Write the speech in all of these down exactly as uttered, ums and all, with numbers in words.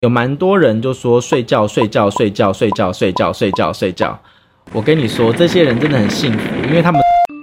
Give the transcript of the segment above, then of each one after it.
有蛮多人就说睡觉睡觉睡觉睡觉睡觉睡觉睡觉，我跟你说，这些人真的很幸福，因为他们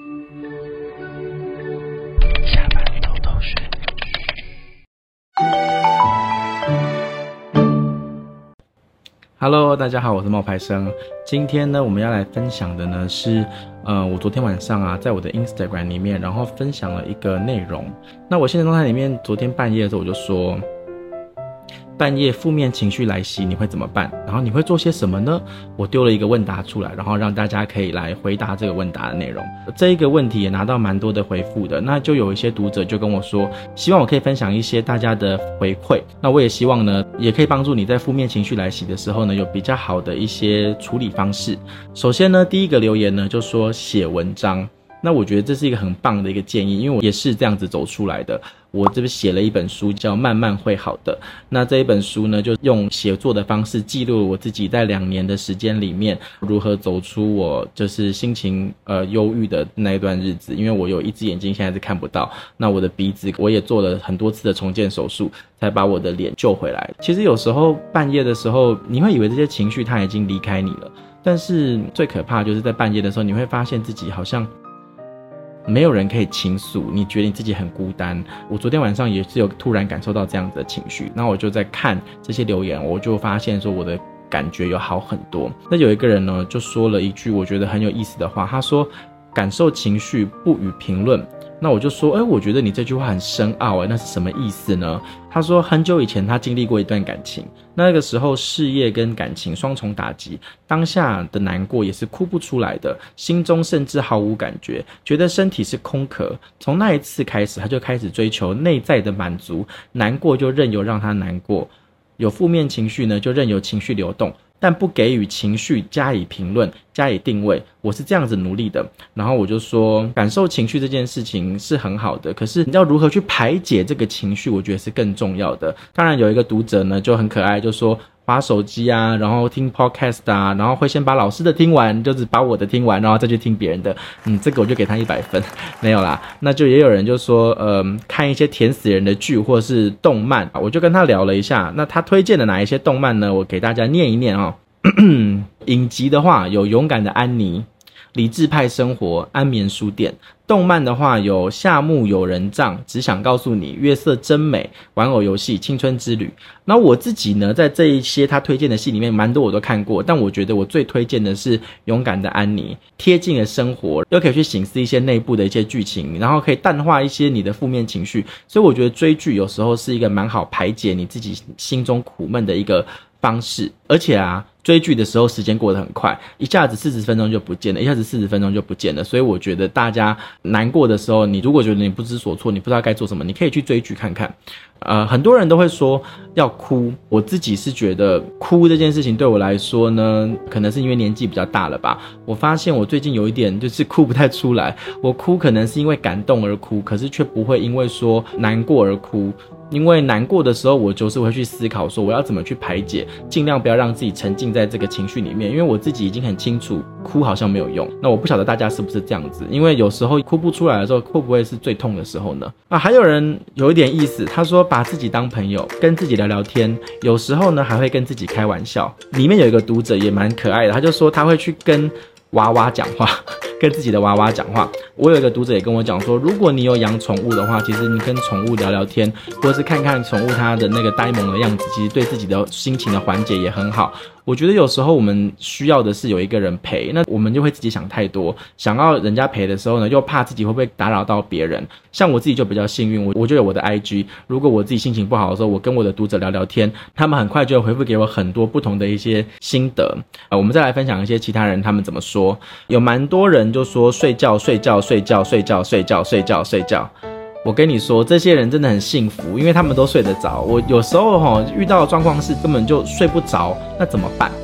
下班偷偷睡。Hello， 大家好，我是冒牌生。今天呢，我们要来分享的呢是，呃，我昨天晚上啊，在我的 Instagram 里面，然后分享了一个内容。那我现在动态里面，昨天半夜的时候我就说，半夜负面情绪来袭，你会怎么办？然后你会做些什么呢？我丢了一个问答出来，然后让大家可以来回答这个问答的内容。这一个问题也拿到蛮多的回复的，那就有一些读者就跟我说，希望我可以分享一些大家的回馈。那我也希望呢，也可以帮助你在负面情绪来袭的时候呢，有比较好的一些处理方式。首先呢，第一个留言呢就说写文章。那我觉得这是一个很棒的一个建议，因为我也是这样子走出来的。我这边写了一本书叫《慢慢会好的》，那这一本书呢，就用写作的方式记录了我自己在两年的时间里面如何走出我就是心情呃忧郁的那一段日子。因为我有一只眼睛现在是看不到，那我的鼻子我也做了很多次的重建手术，才把我的脸救回来。其实有时候半夜的时候，你会以为这些情绪它已经离开你了，但是最可怕就是在半夜的时候，你会发现自己好像没有人可以倾诉，你觉得你自己很孤单。我昨天晚上也是有突然感受到这样子的情绪，那我就在看这些留言，我就发现说我的感觉有好很多。那有一个人呢就说了一句我觉得很有意思的话，他说感受情绪不予评论。那我就说哎，我觉得你这句话很深奥，那是什么意思呢？他说很久以前他经历过一段感情，那个时候事业跟感情双重打击，当下的难过也是哭不出来的，心中甚至毫无感觉，觉得身体是空壳。从那一次开始，他就开始追求内在的满足，难过就任由让他难过，有负面情绪呢就任由情绪流动，但不给予情绪加以评论加以定位。我是这样子努力的。然后我就说感受情绪这件事情是很好的，可是你要如何去排解这个情绪，我觉得是更重要的。当然有一个读者呢就很可爱，就说滑手机啊，然后听 podcast 啊，然后会先把老师的听完，就只把我的听完，然后再去听别人的。嗯，这个我就给他一百分。没有啦，那就也有人就说呃，看一些甜死人的剧或是动漫，我就跟他聊了一下。那他推荐的哪一些动漫呢？我给大家念一念哦。影集的话有勇敢的安妮、理智派生活、安眠书店。动漫的话有夏目友人帐、只想告诉你、月色真美、玩偶游戏、青春之旅。那我自己呢，在这一些他推荐的戏里面蛮多我都看过，但我觉得我最推荐的是勇敢的安妮，贴近了生活，又可以去省思一些内部的一些剧情，然后可以淡化一些你的负面情绪。所以我觉得追剧有时候是一个蛮好排解你自己心中苦闷的一个方式。而且啊，追剧的时候时间过得很快，一下子四十分钟就不见了，一下子四十分钟就不见了。所以我觉得大家难过的时候，你如果觉得你不知所措，你不知道该做什么，你可以去追剧看看。呃，很多人都会说要哭，我自己是觉得哭这件事情对我来说呢，可能是因为年纪比较大了吧。我发现我最近有一点就是哭不太出来，我哭可能是因为感动而哭，可是却不会因为说难过而哭。因为难过的时候，我就是会去思考说我要怎么去排解，尽量不要让自己沉浸在这个情绪里面。因为我自己已经很清楚哭好像没有用，那我不晓得大家是不是这样子，因为有时候哭不出来的时候，会不会是最痛的时候呢？啊，还有人有一点意思，他说把自己当朋友，跟自己聊聊天，有时候呢还会跟自己开玩笑。里面有一个读者也蛮可爱的，他就说他会去跟娃娃讲话，跟自己的娃娃讲话。我有一个读者也跟我讲说，如果你有养宠物的话，其实你跟宠物聊聊天，或是看看宠物它的那个呆萌的样子，其实对自己的心情的缓解也很好。我觉得有时候我们需要的是有一个人陪，那我们就会自己想太多，想要人家陪的时候呢，又怕自己会不会打扰到别人。像我自己就比较幸运，我我就有我的 I G， 如果我自己心情不好的时候，我跟我的读者聊聊天，他们很快就会回复给我很多不同的一些心得。呃，我们再来分享一些其他人他们怎么说。有蛮多人就说睡觉睡觉睡觉睡觉睡觉睡觉睡觉。我跟你说，这些人真的很幸福，因为他们都睡得着。我有时候齁遇到的状况是根本就睡不着，那怎么办？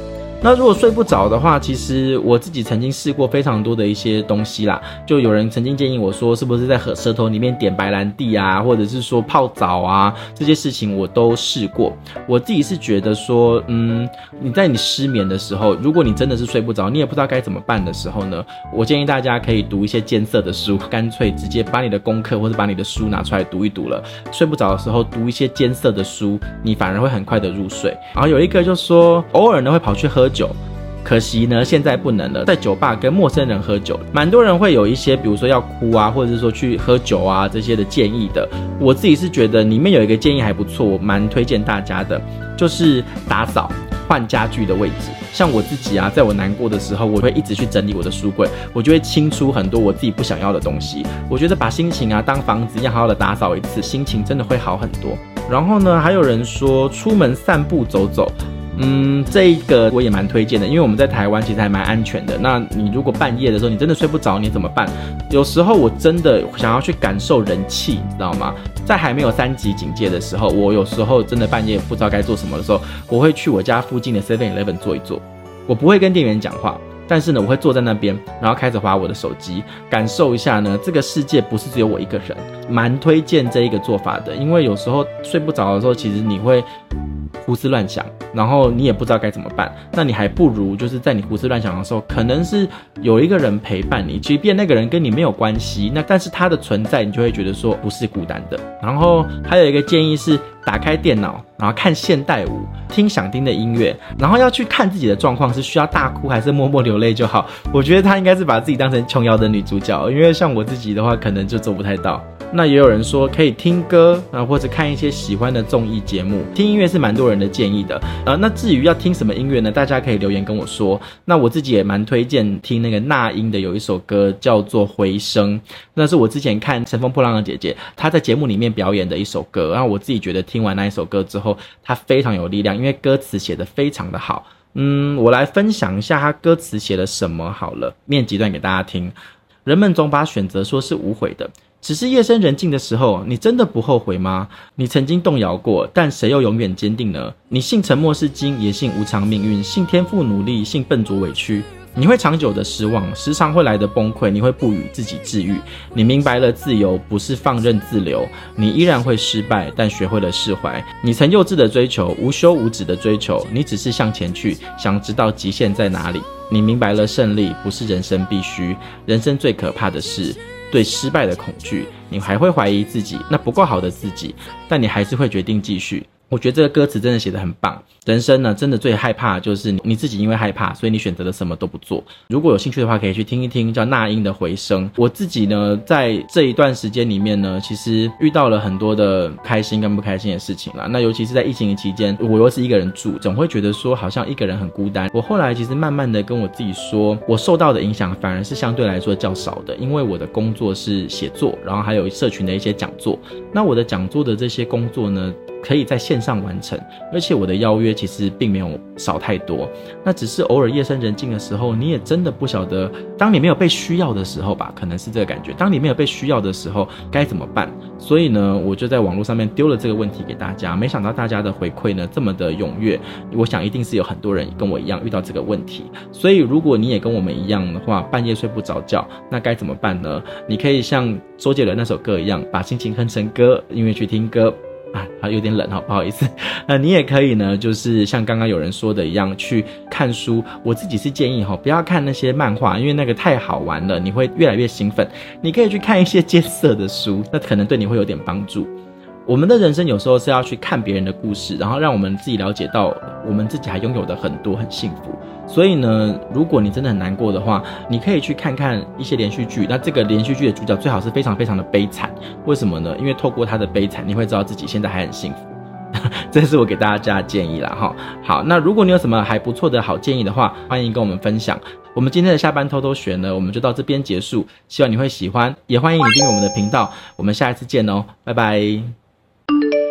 那如果睡不着的话，其实我自己曾经试过非常多的一些东西啦，就有人曾经建议我说，是不是在舌头里面点白兰地啊，或者是说泡澡啊，这些事情我都试过。我自己是觉得说，嗯，你在你失眠的时候，如果你真的是睡不着，你也不知道该怎么办的时候呢，我建议大家可以读一些艰涩的书，干脆直接把你的功课或者把你的书拿出来读一读了。睡不着的时候读一些艰涩的书，你反而会很快的入睡。然后有一个就说，偶尔呢会跑去喝酒。可惜呢，现在不能了，在酒吧跟陌生人喝酒，蛮多人会有一些，比如说要哭啊，或者是说去喝酒啊这些的建议的。我自己是觉得里面有一个建议还不错，我蛮推荐大家的，就是打扫。换家具的位置，像我自己啊，在我难过的时候，我会一直去整理我的书柜，我就会清出很多我自己不想要的东西。我觉得把心情啊当房子一样好好的打扫一次，心情真的会好很多。然后呢，还有人说出门散步走走。嗯，这一个我也蛮推荐的，因为我们在台湾其实还蛮安全的。那你如果半夜的时候你真的睡不着，你怎么办？有时候我真的想要去感受人气，你知道吗？在还没有三级警戒的时候，我有时候真的半夜不知道该做什么的时候，我会去我家附近的 seven eleven 坐一坐。我不会跟店员讲话，但是呢，我会坐在那边，然后开始滑我的手机，感受一下呢，这个世界不是只有我一个人。蛮推荐这一个做法的，因为有时候睡不着的时候，其实你会胡思乱想，然后你也不知道该怎么办，那你还不如就是在你胡思乱想的时候，可能是有一个人陪伴你，即便那个人跟你没有关系，那但是他的存在你就会觉得说不是孤单的。然后还有一个建议是打开电脑，然后看现代舞，听想听的音乐，然后要去看自己的状况是需要大哭还是默默流泪就好。我觉得他应该是把自己当成琼瑶的女主角，因为像我自己的话可能就做不太到。那也有人说可以听歌啊，或者看一些喜欢的综艺节目，听音乐是蛮多人的建议的。呃，那至于要听什么音乐呢？大家可以留言跟我说。那我自己也蛮推荐听那个那英的有一首歌叫做《回声》，那是我之前看《乘风破浪的姐姐》她在节目里面表演的一首歌。然后我自己觉得听完那一首歌之后，它非常有力量，因为歌词写得非常的好。嗯，我来分享一下它歌词写了什么好了，念几段给大家听。人们总把选择说是无悔的。只是夜深人静的时候，你真的不后悔吗？你曾经动摇过，但谁又永远坚定呢？你信沉默是金，也信无常命运，信天赋努力，信笨拙委屈。你会长久的失望，时常会来的崩溃，你会不予自己治愈。你明白了自由不是放任自流，你依然会失败，但学会了释怀。你曾幼稚的追求，无休无止的追求，你只是向前去，想知道极限在哪里。你明白了胜利不是人生必须，人生最可怕的是对失败的恐惧。你还会怀疑自己，那不够好的自己，但你还是会决定继续。我觉得这个歌词真的写得很棒。人生呢，真的最害怕的就是你自己因为害怕，所以你选择了什么都不做。如果有兴趣的话，可以去听一听叫那英的回声。我自己呢，在这一段时间里面呢，其实遇到了很多的开心跟不开心的事情啦。那尤其是在疫情的期间，我又是一个人住，总会觉得说好像一个人很孤单。我后来其实慢慢的跟我自己说，我受到的影响反而是相对来说较少的，因为我的工作是写作，然后还有社群的一些讲座。那我的讲座的这些工作呢，可以在线上完成，而且我的邀约其实并没有少太多。那只是偶尔夜深人静的时候，你也真的不晓得，当你没有被需要的时候吧，可能是这个感觉，当你没有被需要的时候该怎么办？所以呢，我就在网络上面丢了这个问题给大家，没想到大家的回馈呢这么的踊跃，我想一定是有很多人跟我一样遇到这个问题。所以如果你也跟我们一样的话，半夜睡不着觉，那该怎么办呢？你可以像周杰伦那首歌一样，把心情哼成歌，音乐去听歌啊，有点冷哈，不好意思。呃，你也可以呢，就是像刚刚有人说的一样，去看书。我自己是建议哈，不要看那些漫画，因为那个太好玩了，你会越来越兴奋。你可以去看一些艰涩的书，那可能对你会有点帮助。我们的人生有时候是要去看别人的故事，然后让我们自己了解到我们自己还拥有的很多，很幸福。所以呢，如果你真的很难过的话，你可以去看看一些连续剧。那这个连续剧的主角最好是非常非常的悲惨，为什么呢？因为透过他的悲惨，你会知道自己现在还很幸福。这是我给大家的建议啦齁。好，那如果你有什么还不错的好建议的话，欢迎跟我们分享。我们今天的下班偷偷学呢，我们就到这边结束，希望你会喜欢，也欢迎你订阅我们的频道。我们下一次见哦，拜拜。